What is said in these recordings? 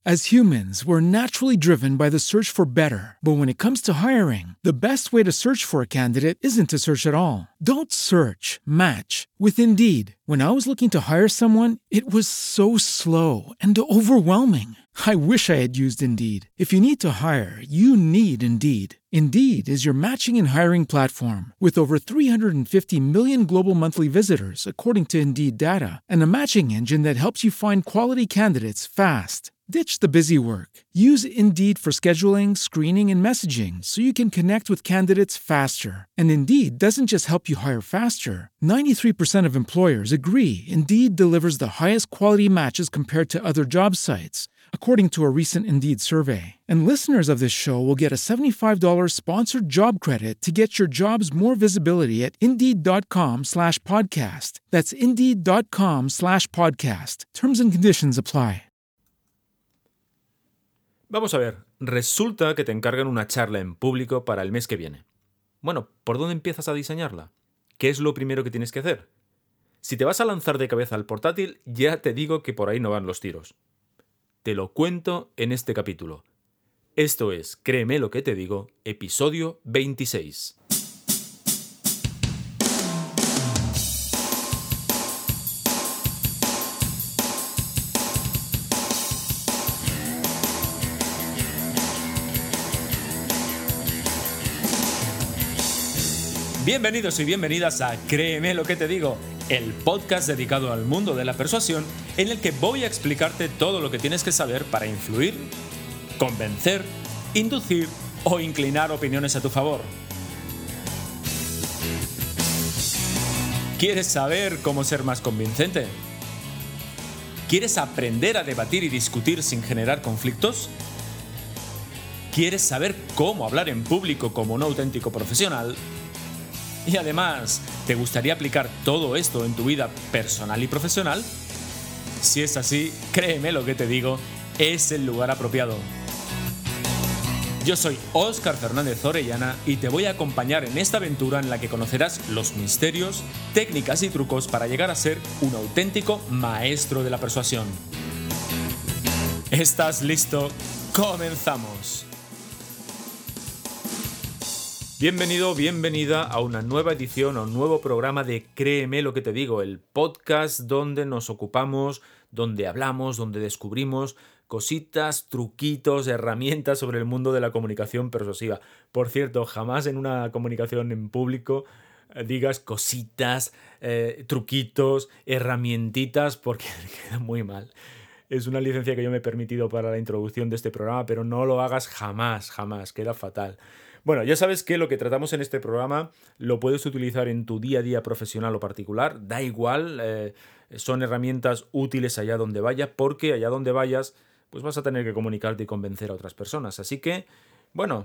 As humans, we're naturally driven by the search for better. But when it comes to hiring, the best way to search for a candidate isn't to search at all. Don't search, match with Indeed. When I was looking to hire someone, it was so slow and overwhelming. I wish I had used Indeed. If you need to hire, you need Indeed. Indeed is your matching and hiring platform with over 350 million global monthly visitors, according to Indeed data, and a matching engine that helps you find quality candidates fast. Ditch the busy work. Use Indeed for scheduling, screening, and messaging so you can connect with candidates faster. And Indeed doesn't just help you hire faster. 93% of employers agree Indeed delivers the highest quality matches compared to other job sites, according to a recent Indeed survey. And listeners of this show will get a $75 sponsored job credit to get your jobs more visibility at Indeed.com/podcast. That's Indeed.com/podcast. Terms and conditions apply. Vamos a ver, resulta que te encargan una charla en público para el mes que viene. Bueno, ¿por dónde empiezas a diseñarla? ¿Qué es lo primero que tienes que hacer? Si te vas a lanzar de cabeza al portátil, ya te digo que por ahí no van los tiros. Te lo cuento en este capítulo. Esto es, créeme lo que te digo, episodio 26. Bienvenidos y bienvenidas a Créeme lo que te digo, el podcast dedicado al mundo de la persuasión en el que voy a explicarte todo lo que tienes que saber para influir, convencer, inducir o inclinar opiniones a tu favor. ¿Quieres saber cómo ser más convincente? ¿Quieres aprender a debatir y discutir sin generar conflictos? ¿Quieres saber cómo hablar en público como un auténtico profesional? Y además, ¿te gustaría aplicar todo esto en tu vida personal y profesional? Si es así, créeme lo que te digo, es el lugar apropiado. Yo soy Óscar Fernández Orellana y te voy a acompañar en esta aventura en la que conocerás los misterios, técnicas y trucos para llegar a ser un auténtico maestro de la persuasión. ¿Estás listo? ¡Comenzamos! Bienvenido, bienvenida a una nueva edición, a un nuevo programa de Créeme lo que te digo, el podcast donde nos ocupamos, donde hablamos, donde descubrimos cositas, truquitos, herramientas sobre el mundo de la comunicación persuasiva. Por cierto, jamás en una comunicación en público digas cositas, truquitos, herramientitas, porque queda muy mal. Es una licencia que yo me he permitido para la introducción de este programa, pero no lo hagas jamás, queda fatal. Bueno, ya sabes que lo que tratamos en este programa lo puedes utilizar en tu día a día profesional o particular, da igual, son herramientas útiles allá donde vayas, porque allá donde vayas pues vas a tener que comunicarte y convencer a otras personas. Así que, bueno,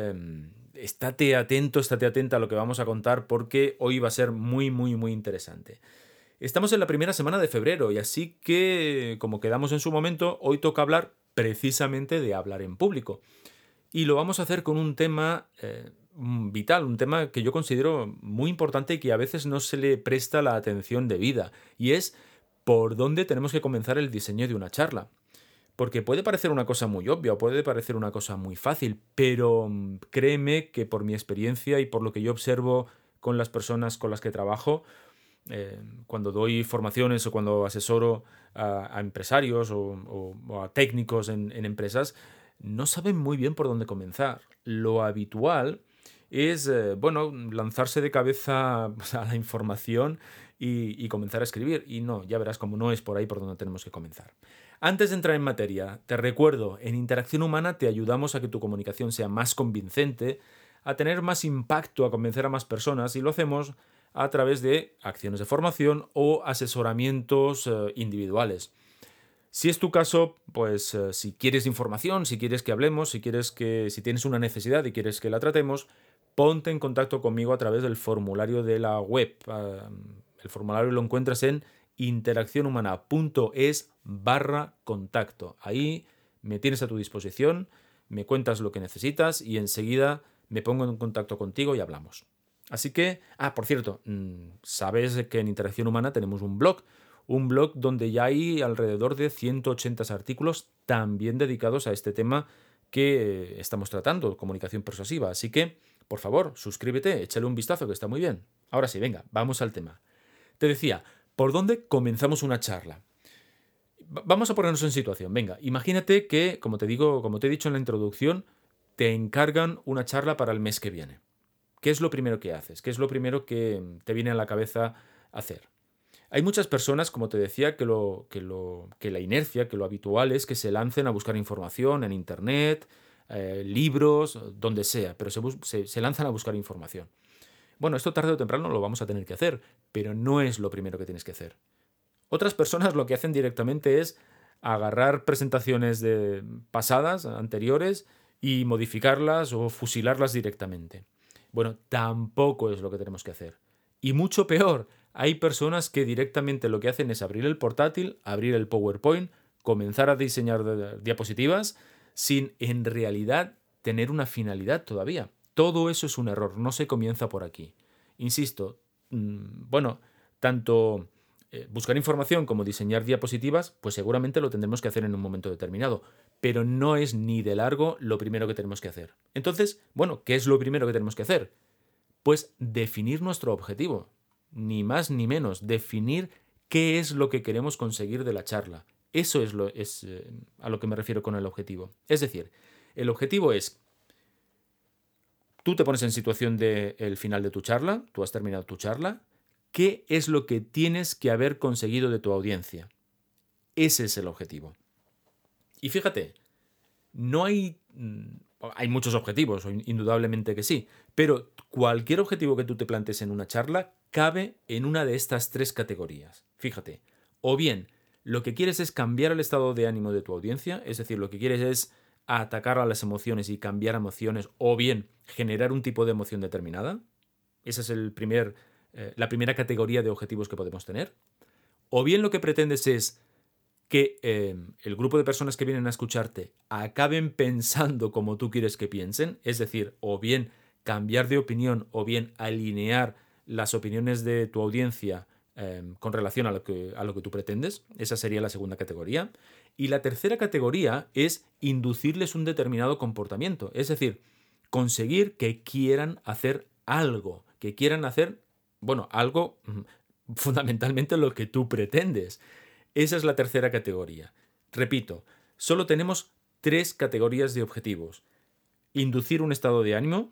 estate atenta a lo que vamos a contar porque hoy va a ser muy interesante. Estamos en la primera semana de febrero y así que, como quedamos en su momento, hoy toca hablar precisamente de hablar en público. Y lo vamos a hacer con un tema vital, un tema que yo considero muy importante y que a veces no se le presta la atención debida, y es por dónde tenemos que comenzar el diseño de una charla. Porque puede parecer una cosa muy obvia o puede parecer una cosa muy fácil, pero créeme que por mi experiencia y por lo que yo observo con las personas con las que trabajo, cuando doy formaciones o cuando asesoro a empresarios o a técnicos en empresas, no saben muy bien por dónde comenzar. Lo habitual es, lanzarse de cabeza a la información y comenzar a escribir. Y no, ya verás cómo no es por ahí por donde tenemos que comenzar. Antes de entrar en materia, te recuerdo, en Interacción Humana te ayudamos a que tu comunicación sea más convincente, a tener más impacto, a convencer a más personas, y lo hacemos a través de acciones de formación o asesoramientos individuales. Si es tu caso, pues si quieres información, si quieres que hablemos, si tienes una necesidad y quieres que la tratemos, ponte en contacto conmigo a través del formulario de la web. El formulario lo encuentras en interaccionhumana.es/contacto. Ahí me tienes a tu disposición, me cuentas lo que necesitas y enseguida me pongo en contacto contigo y hablamos. Así que, por cierto, sabes que en Interacción Humana tenemos un blog un blog donde ya hay alrededor de 180 artículos también dedicados a este tema que estamos tratando, comunicación persuasiva. Así que, por favor, suscríbete, échale un vistazo que está muy bien. Ahora sí, venga, vamos al tema. Te decía, ¿por dónde comenzamos una charla? Vamos a ponernos en situación. Venga, imagínate que, como te he dicho en la introducción, te encargan una charla para el mes que viene. ¿Qué es lo primero que haces? ¿Qué es lo primero que te viene a la cabeza hacer? Hay muchas personas, como te decía, que la inercia, que lo habitual es que se lancen a buscar información en internet, libros, donde sea, pero se lanzan a buscar información. Bueno, esto tarde o temprano lo vamos a tener que hacer, pero no es lo primero que tienes que hacer. Otras personas lo que hacen directamente es agarrar presentaciones pasadas, anteriores, y modificarlas o fusilarlas directamente. Bueno, tampoco es lo que tenemos que hacer. Y mucho peor, hay personas que directamente lo que hacen es abrir el portátil, abrir el PowerPoint, comenzar a diseñar diapositivas sin en realidad tener una finalidad todavía. Todo eso es un error, no se comienza por aquí. Insisto, bueno, tanto buscar información como diseñar diapositivas, pues seguramente lo tendremos que hacer en un momento determinado, pero no es ni de largo lo primero que tenemos que hacer. Entonces, bueno, ¿qué es lo primero que tenemos que hacer? Pues definir nuestro objetivo, ni más ni menos, definir qué es lo que queremos conseguir de la charla. Eso es a lo que me refiero con el objetivo. Es decir, el objetivo es, tú te pones en situación del final de tu charla, tú has terminado tu charla, ¿qué es lo que tienes que haber conseguido de tu audiencia? Ese es el objetivo. Y fíjate, no hay muchos objetivos, indudablemente que sí, pero cualquier objetivo que tú te plantees en una charla cabe en una de estas tres categorías. Fíjate, o bien lo que quieres es cambiar el estado de ánimo de tu audiencia, es decir, lo que quieres es atacar a las emociones y cambiar emociones, o bien generar un tipo de emoción determinada. Esa es la primera categoría de objetivos que podemos tener. O bien lo que pretendes es que el grupo de personas que vienen a escucharte acaben pensando como tú quieres que piensen, es decir, o bien cambiar de opinión o bien alinear las opiniones de tu audiencia con relación a lo que tú pretendes. Esa sería la segunda categoría. Y la tercera categoría es inducirles un determinado comportamiento, es decir, conseguir que quieran hacer algo, que quieran hacer, bueno, algo fundamentalmente lo que tú pretendes. Esa es la tercera categoría. Repito, solo tenemos tres categorías de objetivos. Inducir un estado de ánimo,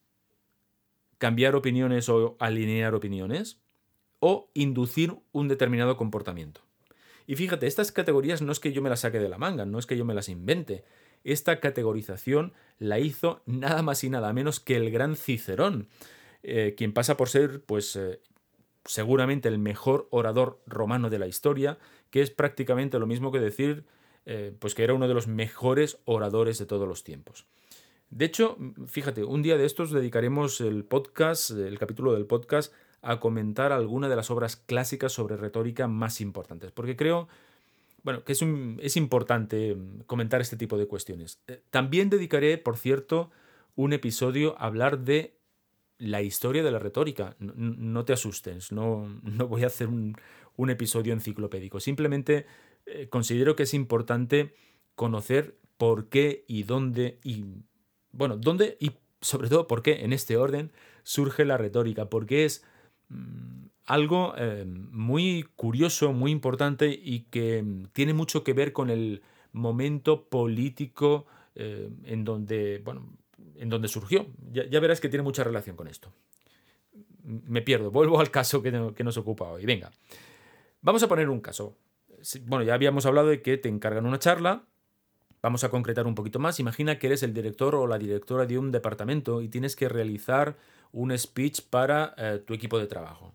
cambiar opiniones o alinear opiniones, o inducir un determinado comportamiento. Y fíjate, estas categorías no es que yo me las saque de la manga, no es que yo me las invente. Esta categorización la hizo nada más y nada menos que el gran Cicerón, quien pasa por ser, pues, seguramente el mejor orador romano de la historia, que es prácticamente lo mismo que decir pues que era uno de los mejores oradores de todos los tiempos. De hecho, fíjate, un día de estos dedicaremos el capítulo del podcast, a comentar alguna de las obras clásicas sobre retórica más importantes, porque creo, bueno, que es importante comentar este tipo de cuestiones. También dedicaré, por cierto, un episodio a hablar de la historia de la retórica. No te asustes, no voy a hacer un episodio enciclopédico. Simplemente considero que es importante conocer por qué y dónde dónde y sobre todo por qué en este orden surge la retórica, porque es algo muy curioso, muy importante y que tiene mucho que ver con el momento político en donde surgió. Ya verás que tiene mucha relación con esto. Me pierdo, vuelvo al caso que nos ocupa hoy. Venga, vamos a poner un caso. Bueno, ya habíamos hablado de que te encargan una charla. Vamos a concretar un poquito más. Imagina que eres el director o la directora de un departamento y tienes que realizar un speech para tu equipo de trabajo.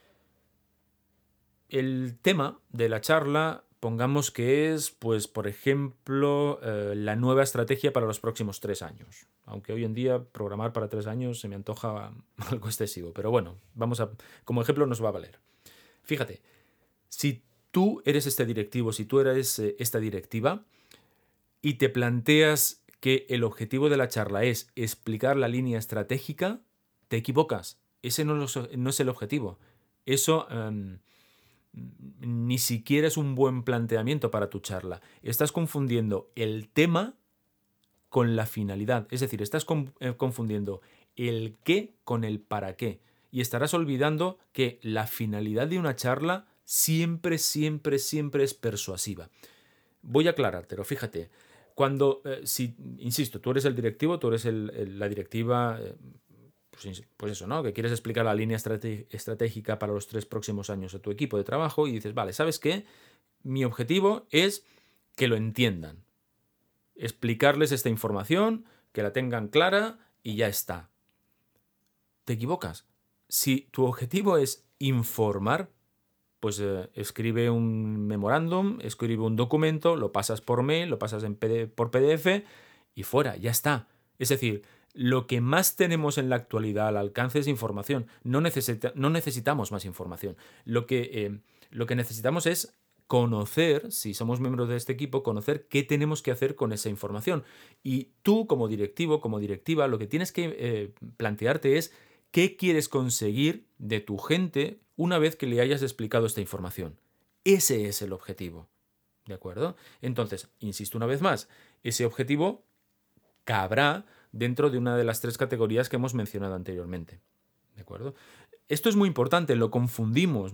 El tema de la charla, pongamos que es, pues, por ejemplo, la nueva estrategia para los próximos 3 años. Aunque hoy en día programar para 3 años se me antoja algo excesivo. Pero bueno, como ejemplo nos va a valer. Fíjate, si tú eres este directivo, si tú eres esta directiva y te planteas que el objetivo de la charla es explicar la línea estratégica, te equivocas. Ese no es el objetivo. Eso ni siquiera es un buen planteamiento para tu charla. Estás confundiendo el tema con la finalidad. Es decir, estás confundiendo el qué con el para qué. Y estarás olvidando que la finalidad de una charla siempre, siempre, siempre es persuasiva. Voy a aclarártelo, fíjate. Si, insisto, tú eres el directivo, tú eres la directiva, pues eso, ¿no? Que quieres explicar la línea estratégica para los 3 próximos años a tu equipo de trabajo y dices, vale, ¿sabes qué? Mi objetivo es que lo entiendan. Explicarles esta información, que la tengan clara y ya está. Te equivocas. Si tu objetivo es informar, pues escribe un memorándum, escribe un documento, lo pasas por mail, lo pasas por PDF y fuera, ya está. Es decir, lo que más tenemos en la actualidad al alcance es información. No necesitamos más información. Lo que necesitamos es conocer, si somos miembros de este equipo, conocer qué tenemos que hacer con esa información. Y tú, como directivo, como directiva, lo que tienes que plantearte es qué quieres conseguir de tu gente una vez que le hayas explicado esta información. Ese es el objetivo. ¿De acuerdo? Entonces, insisto una vez más, ese objetivo cabrá dentro de una de las 3 categorías que hemos mencionado anteriormente. ¿De acuerdo? Esto es muy importante, lo confundimos.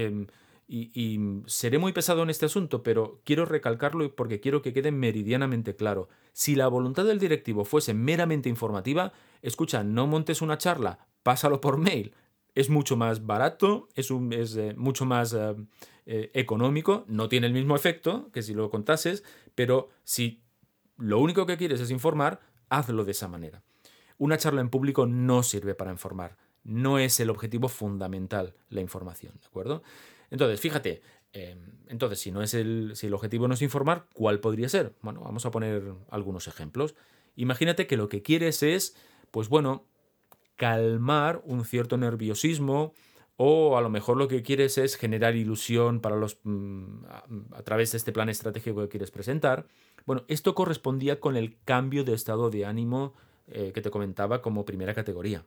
Y seré muy pesado en este asunto, pero quiero recalcarlo porque quiero que quede meridianamente claro. Si la voluntad del directivo fuese meramente informativa, escucha, no montes una charla, pásalo por mail. Es mucho más barato, es mucho más económico, no tiene el mismo efecto que si lo contases, pero si lo único que quieres es informar, hazlo de esa manera. Una charla en público no sirve para informar. No es el objetivo fundamental la información, ¿de acuerdo? Entonces, fíjate, si el objetivo no es informar, ¿cuál podría ser? Bueno, vamos a poner algunos ejemplos. Imagínate que lo que quieres es, pues bueno, calmar un cierto nerviosismo, o a lo mejor lo que quieres es generar ilusión para a través de este plan estratégico que quieres presentar. Bueno, esto correspondía con el cambio de estado de ánimo que te comentaba como primera categoría.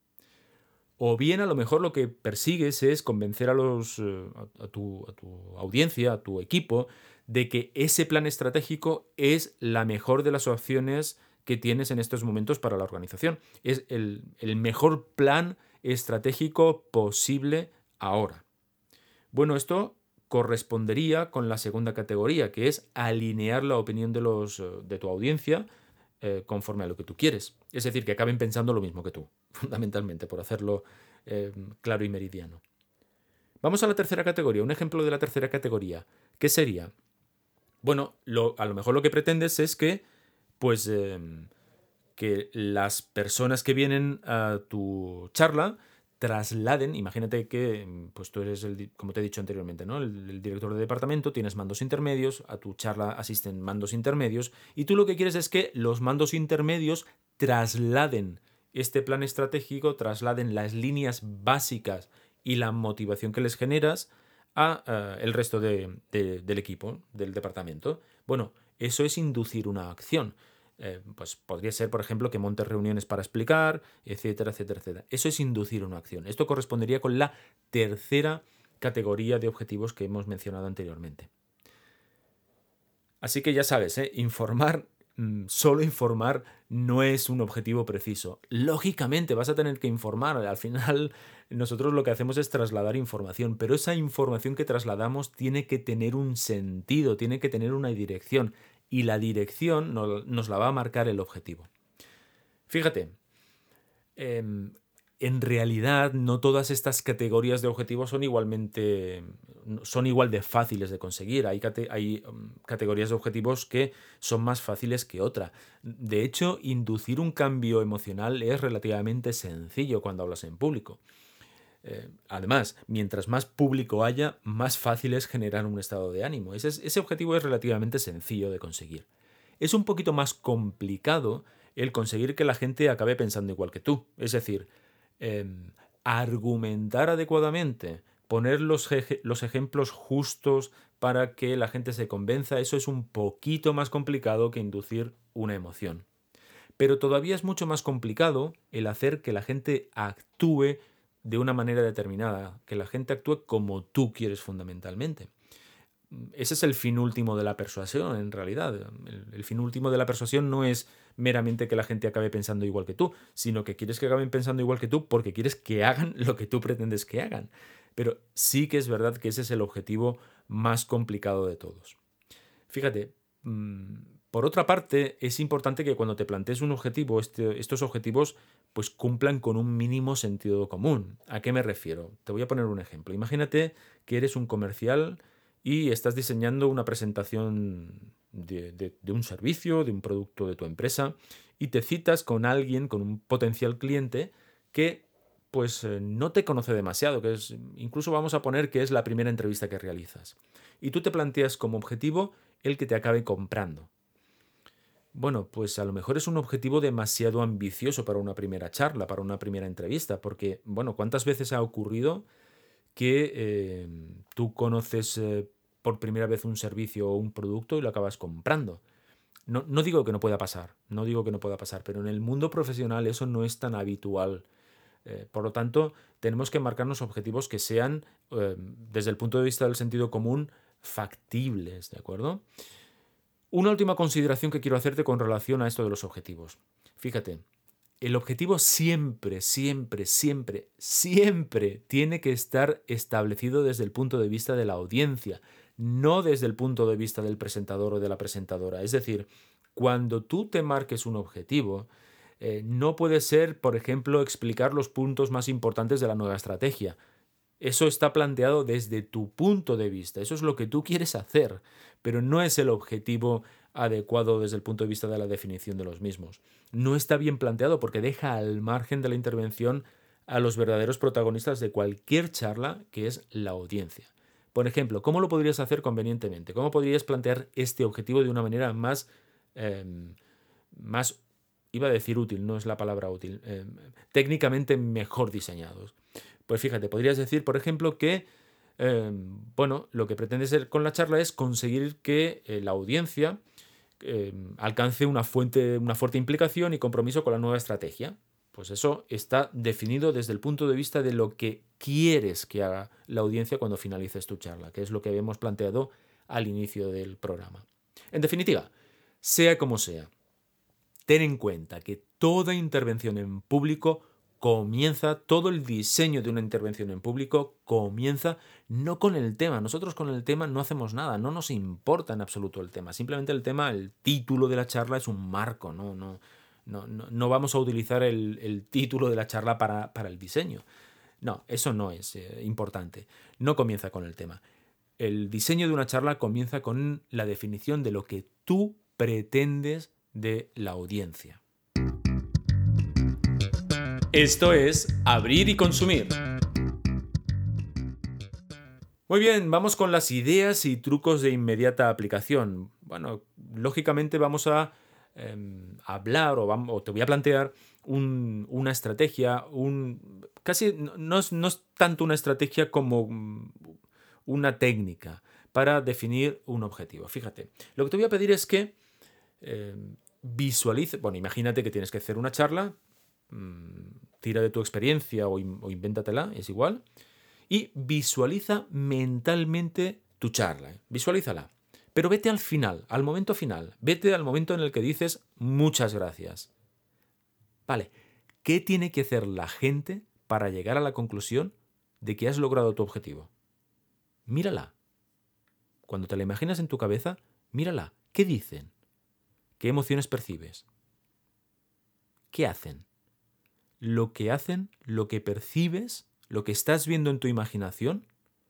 O bien a lo mejor lo que persigues es convencer a tu audiencia, a tu equipo, de que ese plan estratégico es la mejor de las opciones que tienes en estos momentos para la organización. Es el mejor plan estratégico posible ahora. Bueno, esto correspondería con la segunda categoría, que es alinear la opinión de tu audiencia conforme a lo que tú quieres. Es decir, que acaben pensando lo mismo que tú, fundamentalmente, por hacerlo claro y meridiano. Vamos a la tercera categoría. Un ejemplo de la tercera categoría. ¿Qué sería? Bueno, a lo mejor lo que pretendes es que, pues, que las personas que vienen a tu charla trasladen, imagínate que pues tú eres, como te he dicho anteriormente, ¿no? el director de departamento, tienes mandos intermedios, a tu charla asisten mandos intermedios y tú lo que quieres es que los mandos intermedios trasladen este plan estratégico, trasladen las líneas básicas y la motivación que les generas a el resto del equipo, del departamento. Bueno, eso es inducir una acción. Pues podría ser, por ejemplo, que montes reuniones para explicar, etcétera, etcétera, etcétera. Eso es inducir una acción. Esto correspondería con la tercera categoría de objetivos que hemos mencionado anteriormente. Así que ya sabes, solo informar no es un objetivo preciso. Lógicamente vas a tener que informar. Al final nosotros lo que hacemos es trasladar información, pero esa información que trasladamos tiene que tener un sentido, tiene que tener una dirección. Y la dirección nos la va a marcar el objetivo. Fíjate, en realidad no todas estas categorías de objetivos son igual de fáciles de conseguir. Hay categorías de objetivos que son más fáciles que otras. De hecho, inducir un cambio emocional es relativamente sencillo cuando hablas en público. Además, mientras más público haya, más fácil es generar un estado de ánimo. Ese objetivo es relativamente sencillo de conseguir. Es un poquito más complicado el conseguir que la gente acabe pensando igual que tú. Es decir, argumentar adecuadamente, poner los ejemplos justos para que la gente se convenza, eso es un poquito más complicado que inducir una emoción. Pero todavía es mucho más complicado el hacer que la gente actúe de una manera determinada, que la gente actúe como tú quieres fundamentalmente. Ese es el fin último de la persuasión, en realidad. El fin último de la persuasión no es meramente que la gente acabe pensando igual que tú, sino que quieres que acaben pensando igual que tú porque quieres que hagan lo que tú pretendes que hagan. Pero sí que es verdad que ese es el objetivo más complicado de todos. Fíjate, por otra parte, es importante que cuando te plantees un objetivo, estos objetivos pues cumplan con un mínimo sentido común. ¿A qué me refiero? Te voy a poner un ejemplo. Imagínate que eres un comercial y estás diseñando una presentación de un servicio, de un producto de tu empresa, y te citas con alguien, con un potencial cliente que pues no te conoce demasiado, que es, incluso vamos a poner que es la primera entrevista que realizas. Y tú te planteas como objetivo el que te acabe comprando. Bueno, pues a lo mejor es un objetivo demasiado ambicioso para una primera charla, para una primera entrevista, porque, bueno, ¿cuántas veces ha ocurrido que tú conoces por primera vez un servicio o un producto y lo acabas comprando? No digo que no pueda pasar, no digo que no pueda pasar, pero en el mundo profesional eso no es tan habitual. Por lo tanto, tenemos que marcarnos objetivos que sean, desde el punto de vista del sentido común, factibles, ¿de acuerdo? Una última consideración que quiero hacerte con relación a esto de los objetivos. Fíjate, el objetivo siempre, siempre, siempre, siempre tiene que estar establecido desde el punto de vista de la audiencia, no desde el punto de vista del presentador o de la presentadora. Es decir, cuando tú te marques un objetivo, no puede ser, por ejemplo, explicar los puntos más importantes de la nueva estrategia. Eso está planteado desde tu punto de vista, eso es lo que tú quieres hacer, pero no es el objetivo adecuado desde el punto de vista de la definición de los mismos. No está bien planteado porque deja al margen de la intervención a los verdaderos protagonistas de cualquier charla, que es la audiencia. Por ejemplo, ¿cómo lo podrías hacer convenientemente? ¿Cómo podrías plantear este objetivo de una manera más, iba a decir útil, no es la palabra útil, técnicamente mejor diseñados? Pues fíjate, podrías decir, por ejemplo, que lo que pretendes con la charla es conseguir que la audiencia alcance una fuerte implicación y compromiso con la nueva estrategia. Pues eso está definido desde el punto de vista de lo que quieres que haga la audiencia cuando finalices tu charla, que es lo que habíamos planteado al inicio del programa. En definitiva, sea como sea, ten en cuenta que toda intervención en público todo el diseño de una intervención en público comienza no con el tema. Nosotros con el tema no hacemos nada, no nos importa en absoluto el tema. Simplemente el tema, el título de la charla es un marco, no vamos a utilizar el título de la charla para el diseño. No, eso no es importante. No comienza con el tema. El diseño de una charla comienza con la definición de lo que tú pretendes de la audiencia. Esto es Abrir y Consumir. Muy bien, vamos con las ideas y trucos de inmediata aplicación. Bueno, lógicamente vamos a hablar o te voy a plantear una estrategia, casi no es tanto una estrategia como una técnica para definir un objetivo. Fíjate, lo que te voy a pedir es que visualice, imagínate que tienes que hacer una charla, tira de tu experiencia o invéntatela, es igual, y visualiza mentalmente tu charla, visualízala. Pero vete al final, al momento final, vete al momento en el que dices muchas gracias. Vale, ¿qué tiene que hacer la gente para llegar a la conclusión de que has logrado tu objetivo? Mírala. Cuando te la imaginas en tu cabeza, mírala. ¿Qué dicen? ¿Qué emociones percibes? ¿Qué hacen? Lo que hacen, lo que percibes, lo que estás viendo en tu imaginación,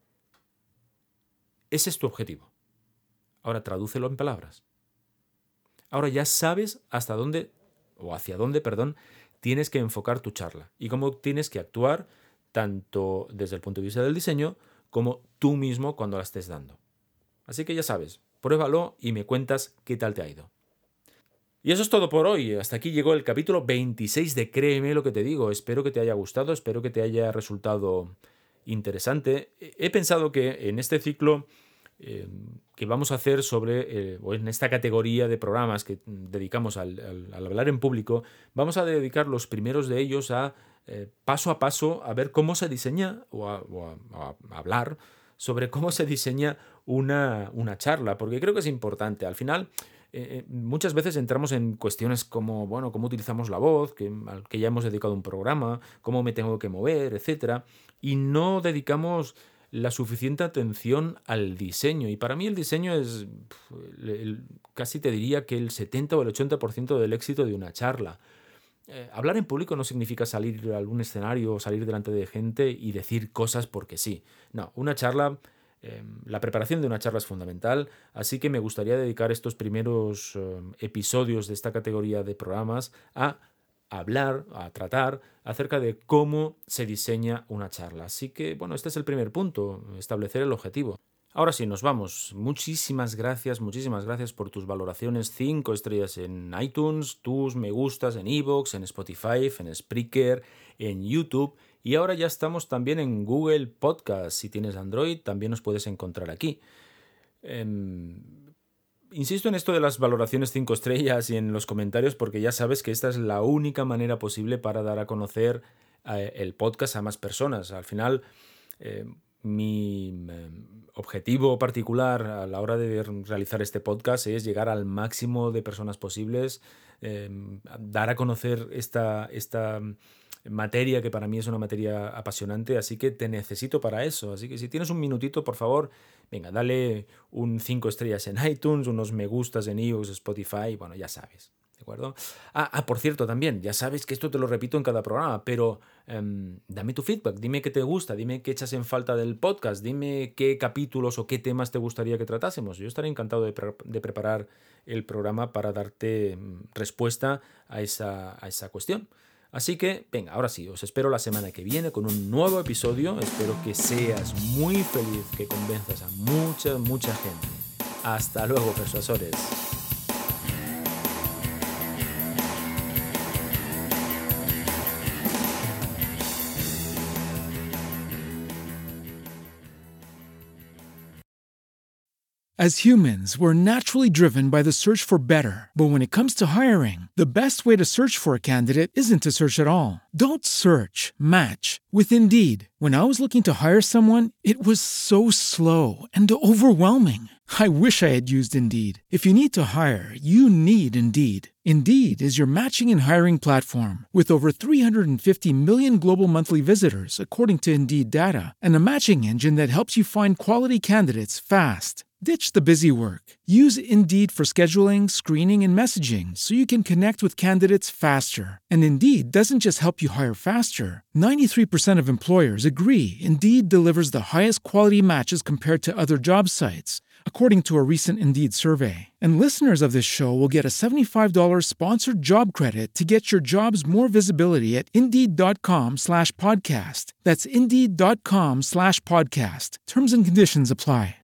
ese es tu objetivo. Ahora tradúcelo en palabras. Ahora ya sabes hacia dónde, tienes que enfocar tu charla y cómo tienes que actuar tanto desde el punto de vista del diseño como tú mismo cuando la estés dando. Así que ya sabes, pruébalo y me cuentas qué tal te ha ido. Y eso es todo por hoy. Hasta aquí llegó el capítulo 26 de Créeme lo que te digo. Espero que te haya gustado, espero que te haya resultado interesante. He pensado que en este ciclo que vamos a hacer sobre, o en esta categoría de programas que dedicamos al hablar en público, vamos a dedicar los primeros de ellos a paso a paso a ver cómo se diseña o a hablar sobre cómo se diseña una charla, porque creo que es importante. Al final, muchas veces entramos en cuestiones como, bueno, cómo utilizamos la voz, al que ya hemos dedicado un programa, cómo me tengo que mover, etcétera, y no dedicamos la suficiente atención al diseño. Y para mí el diseño es casi te diría que el 70 o el 80% del éxito de una charla. Hablar en público no significa salir a algún escenario o salir delante de gente y decir cosas porque sí. No, una charla, la preparación de una charla es fundamental, así que me gustaría dedicar estos primeros episodios de esta categoría de programas a hablar, a tratar acerca de cómo se diseña una charla. Así que, bueno, este es el primer punto, establecer el objetivo. Ahora sí, nos vamos. Muchísimas gracias por tus valoraciones 5 estrellas en iTunes, tus me gustas en iVoox, en Spotify, en Spreaker, en YouTube y ahora ya estamos también en Google Podcast. Si tienes Android, también nos puedes encontrar aquí. Insisto en esto de las valoraciones 5 estrellas y en los comentarios porque ya sabes que esta es la única manera posible para dar a conocer el podcast a más personas. Al final, mi objetivo particular a la hora de realizar este podcast es llegar al máximo de personas posibles, dar a conocer esta materia que para mí es una materia apasionante, así que te necesito para eso. Así que si tienes un minutito, por favor, venga, dale un 5 estrellas en iTunes, unos me gustas en iVoox, Spotify, bueno, ya sabes, ¿de acuerdo? Por cierto, también, ya sabes que esto te lo repito en cada programa, pero dame tu feedback, dime qué te gusta, dime qué echas en falta del podcast, dime qué capítulos o qué temas te gustaría que tratásemos. Yo estaré encantado de preparar el programa para darte respuesta a esa cuestión. Así que, venga, ahora sí, os espero la semana que viene con un nuevo episodio. Espero que seas muy feliz, que convenzas a mucha gente. Hasta luego, persuasores. As humans, we're naturally driven by the search for better. But when it comes to hiring, the best way to search for a candidate isn't to search at all. Don't search, match with Indeed. When I was looking to hire someone, it was so slow and overwhelming. I wish I had used Indeed. If you need to hire, you need Indeed. Indeed is your matching and hiring platform with over 350 million global monthly visitors, according to Indeed data, and a matching engine that helps you find quality candidates fast. Ditch the busy work. Use Indeed for scheduling, screening, and messaging so you can connect with candidates faster. And Indeed doesn't just help you hire faster. 93% of employers agree Indeed delivers the highest quality matches compared to other job sites, according to a recent Indeed survey. And listeners of this show will get a $75 sponsored job credit to get your jobs more visibility at Indeed.com/podcast. That's Indeed.com/podcast. Terms and conditions apply.